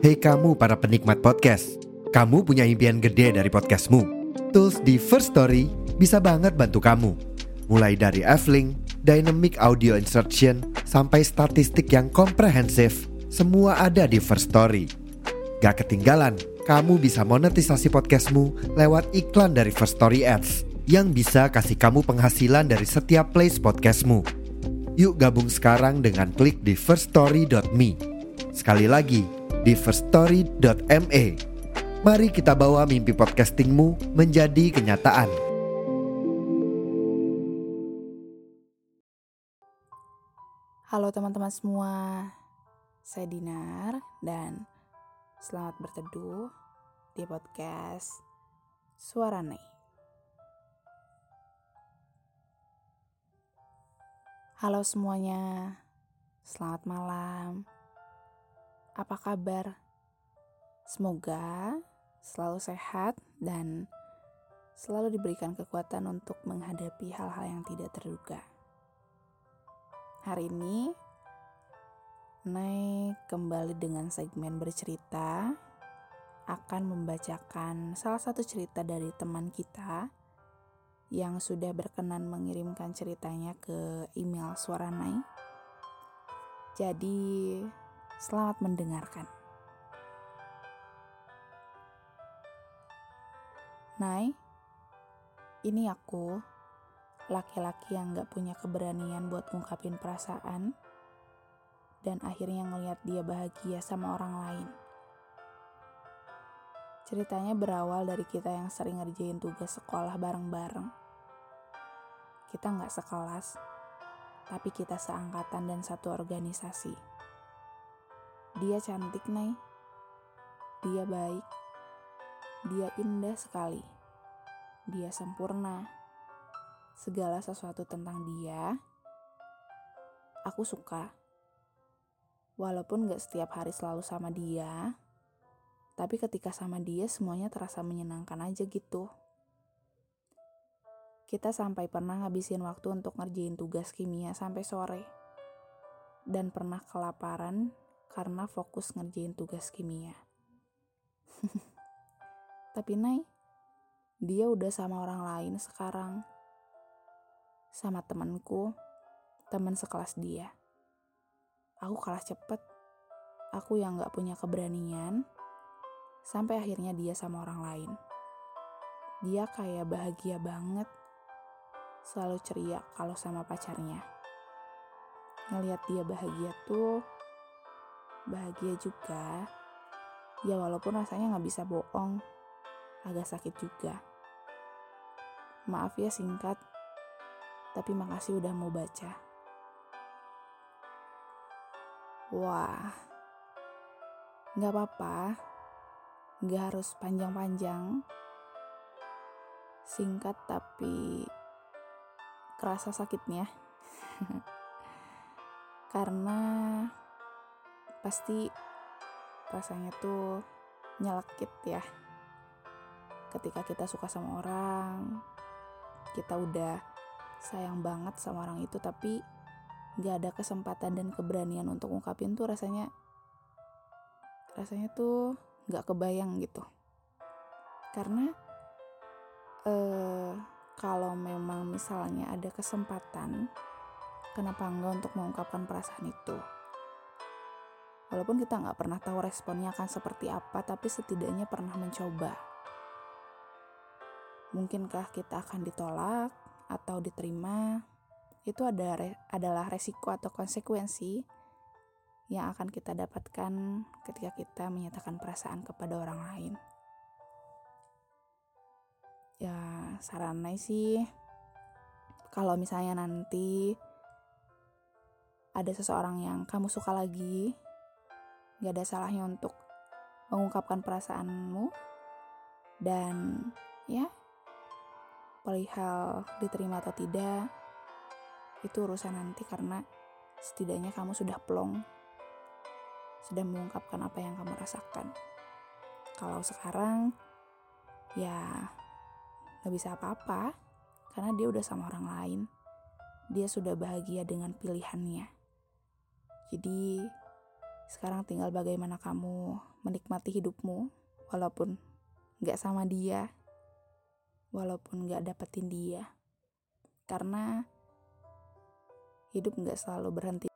Hei kamu para penikmat podcast, kamu punya impian gede dari podcastmu. Tools di First Story bisa banget bantu kamu. Mulai dari F-Link, Dynamic Audio Insertion, sampai statistik yang komprehensif, semua ada di First Story. Gak ketinggalan, kamu bisa monetisasi podcastmu lewat iklan dari First Story Ads yang bisa kasih kamu penghasilan dari setiap plays podcastmu. Yuk gabung sekarang dengan klik di firststory.me. Sekali lagi, di firststory.me. Mari kita bawa mimpi podcastingmu menjadi kenyataan. Halo teman-teman semua, saya Dinar dan selamat berteduh di podcast Suara Nay. Halo semuanya, selamat malam. Apa kabar? Semoga selalu sehat dan selalu diberikan kekuatan untuk menghadapi hal-hal yang tidak terduga. Hari ini, Nay kembali dengan segmen bercerita, akan membacakan salah satu cerita dari teman kita yang sudah berkenan mengirimkan ceritanya ke email Suara Nay. Jadi, selamat mendengarkan. Nay, ini aku, laki-laki yang gak punya keberanian buat ngungkapin perasaan dan akhirnya ngelihat dia bahagia sama orang lain. Ceritanya berawal dari kita yang sering ngerjain tugas sekolah bareng-bareng. Kita gak sekelas, tapi kita seangkatan dan satu organisasi. Dia cantik, Nay. Dia baik. Dia indah sekali. Dia sempurna. Segala sesuatu tentang dia, aku suka. Walaupun gak setiap hari selalu sama dia, tapi ketika sama dia semuanya terasa menyenangkan aja gitu. Kita sampai pernah ngabisin waktu untuk ngerjain tugas kimia sampai sore. Dan pernah kelaparan karena fokus ngerjain tugas kimia. Tapi Nay, dia udah sama orang lain sekarang. Sama temanku, teman sekelas dia. Aku kalah cepet. Aku yang gak punya keberanian. Sampai akhirnya dia sama orang lain. Dia kayak bahagia banget. Selalu ceria kalau sama pacarnya. Ngeliat dia bahagia tuh, bahagia juga. Ya walaupun rasanya gak bisa bohong. Agak sakit juga. Maaf ya singkat. Tapi makasih udah mau baca. Wah, gak apa-apa. Gak harus panjang-panjang. Singkat tapi kerasa sakitnya. Karena pasti rasanya tuh nyelekit ya. Ketika kita suka sama orang, kita udah sayang banget sama orang itu, tapi gak ada kesempatan dan keberanian untuk ngungkapin tuh rasanya tuh gak kebayang gitu. Karena kalau memang misalnya ada kesempatan, kenapa enggak untuk mengungkapkan perasaan itu? Walaupun kita gak pernah tahu responnya akan seperti apa, tapi setidaknya pernah mencoba. Mungkinkah kita akan ditolak atau diterima? Itu adalah resiko atau konsekuensi yang akan kita dapatkan ketika kita menyatakan perasaan kepada orang lain. Ya, sarannya sih, kalau misalnya nanti ada seseorang yang kamu suka lagi, gak ada salahnya untuk mengungkapkan perasaanmu. Dan ya, perihal diterima atau tidak, itu urusan nanti, karena setidaknya kamu sudah plong, sudah mengungkapkan apa yang kamu rasakan. Kalau sekarang, ya gak bisa apa-apa, karena dia udah sama orang lain. Dia sudah bahagia dengan pilihannya. Jadi Sekarang tinggal bagaimana kamu menikmati hidupmu, walaupun gak sama dia, walaupun gak dapetin dia. Karena hidup gak selalu berhenti